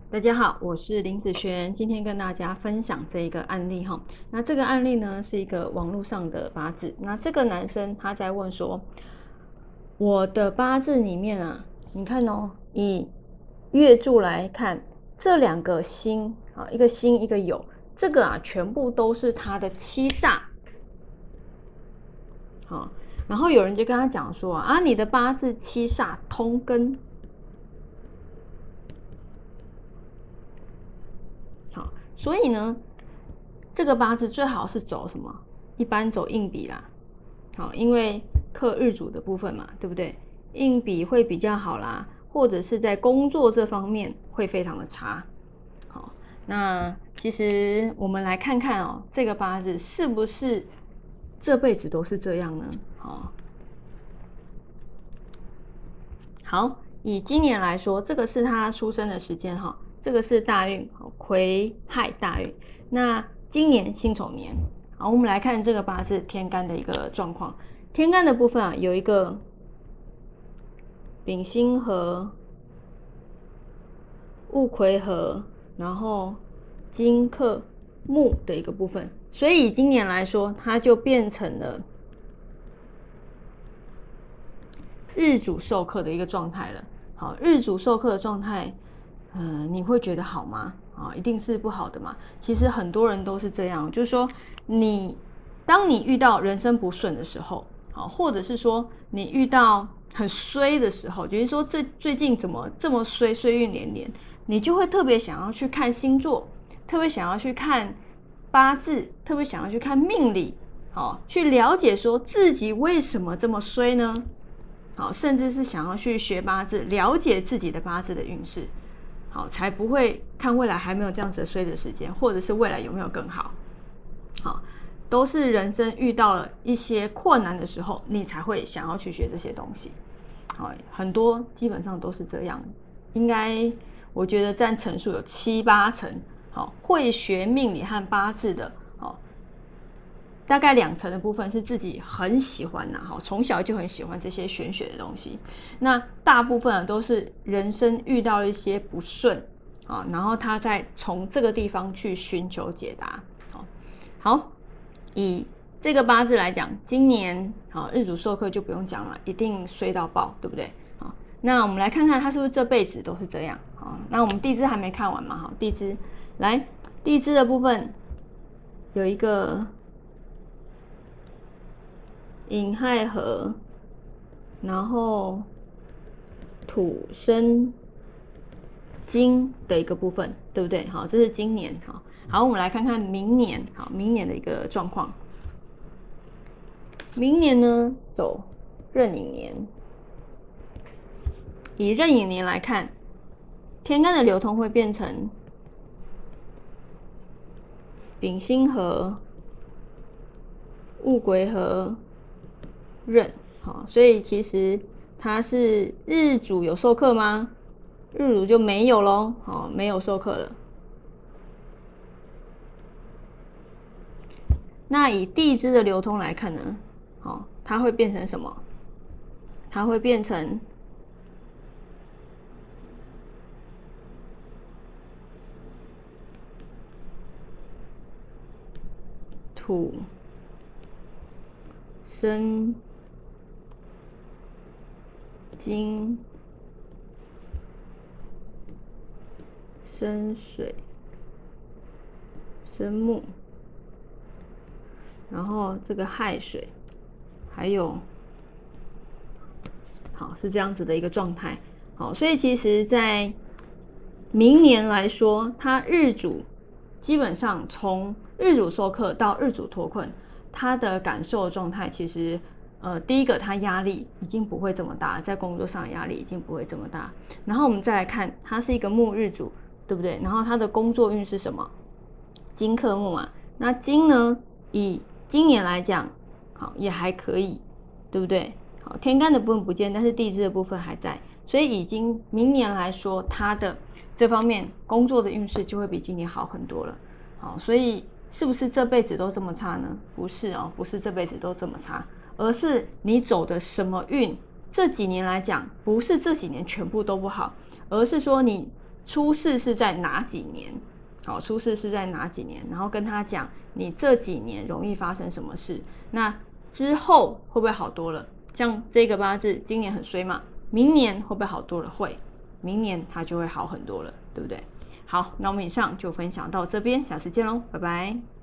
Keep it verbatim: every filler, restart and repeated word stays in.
大家好，我是林子璇，今天跟大家分享这一个案例哈。那这个案例呢是一个网络上的八字，那这个男生他在问说，我的八字里面啊，你看哦，以月柱来看，这两个星啊，一个星一个酉，这个啊全部都是他的七煞。好，然后有人就跟他讲说啊，你的八字七煞通根。好，所以呢，这个八字最好是走什么？一般走硬笔啦。好，因为克日主的部分嘛，对不对？硬笔会比较好啦，或者是在工作这方面会非常的差。好，那其实我们来看看哦，这个八字是不是这辈子都是这样呢？好，好，以今年来说，这个是他出生的时间哈。这个是大运，癸亥大运。那今年辛丑年，好，我们来看这个八字天干的一个状况。天干的部分啊，有一个丙辛合、戊癸合，然后金克木的一个部分。所以以今年来说，它就变成了日主受克的一个状态了。好，日主受克的状态。嗯、呃，你会觉得好吗？啊，一定是不好的嘛。其实很多人都是这样，就是说你，当你遇到人生不顺的时候，啊，或者是说你遇到很衰的时候，就是说这最近怎么这么衰，衰运连连，你就会特别想要去看星座，特别想要去看八字，特别想要去看命理，好，去了解说自己为什么这么衰呢？好，甚至是想要去学八字，了解自己的八字的运势。好，才不会看未来还没有这样子的衰的时间，或者是未来有没有更好。好，都是人生遇到了一些困难的时候，你才会想要去学这些东西。好，很多基本上都是这样，应该我觉得占成数有七八成。好，会学命理和八字的，好，大概两成的部分是自己很喜欢呐，哈，从小就很喜欢这些玄学的东西。那大部分都是人生遇到了一些不顺啊，然后他再从这个地方去寻求解答。好，好，以这个八字来讲，今年啊日主受克就不用讲了，一定衰到爆，对不对？好，那我们来看看他是不是这辈子都是这样。好，那我们地支还没看完嘛，好，地支来，地支的部分有一个寅亥合，然后土生金的一个部分，对不对？好，这是今年。好，好，我们来看看明年。好，明年的一个状况。明年呢，走壬寅年。以壬寅年来看，天干的流通会变成丙辛合、戊癸合、壬。好，所以其实它是日主有授课吗？日主就没有咯，好，没有授课了。那以地支的流通来看呢，好，它会变成什么？它会变成土生金生水生木，然后这个亥水，还有好是这样子的一个状态。好，所以其实在明年来说，它日主基本上从日主受克到日主脱困，他的感受的状态其实呃，第一个他压力已经不会这么大，在工作上的压力已经不会这么大。然后我们再来看，他是一个木日主，对不对？然后他的工作运是什么？金克木嘛。那金呢，以今年来讲，好也还可以，对不对？好，天干的部分不见，但是地支的部分还在，所以已经明年来说，他的这方面工作的运势就会比今年好很多了。好，所以是不是这辈子都这么差呢？不是哦，不是这辈子都这么差，而是你走的什么运，这几年来讲，不是这几年全部都不好，而是说你出事是在哪几年，好，出事是在哪几年，然后跟他讲你这几年容易发生什么事，那之后会不会好多了？像这个八字今年很衰嘛，明年会不会好多了？会，明年它就会好很多了，对不对？好，那我们以上就分享到这边，下次见喽，拜拜。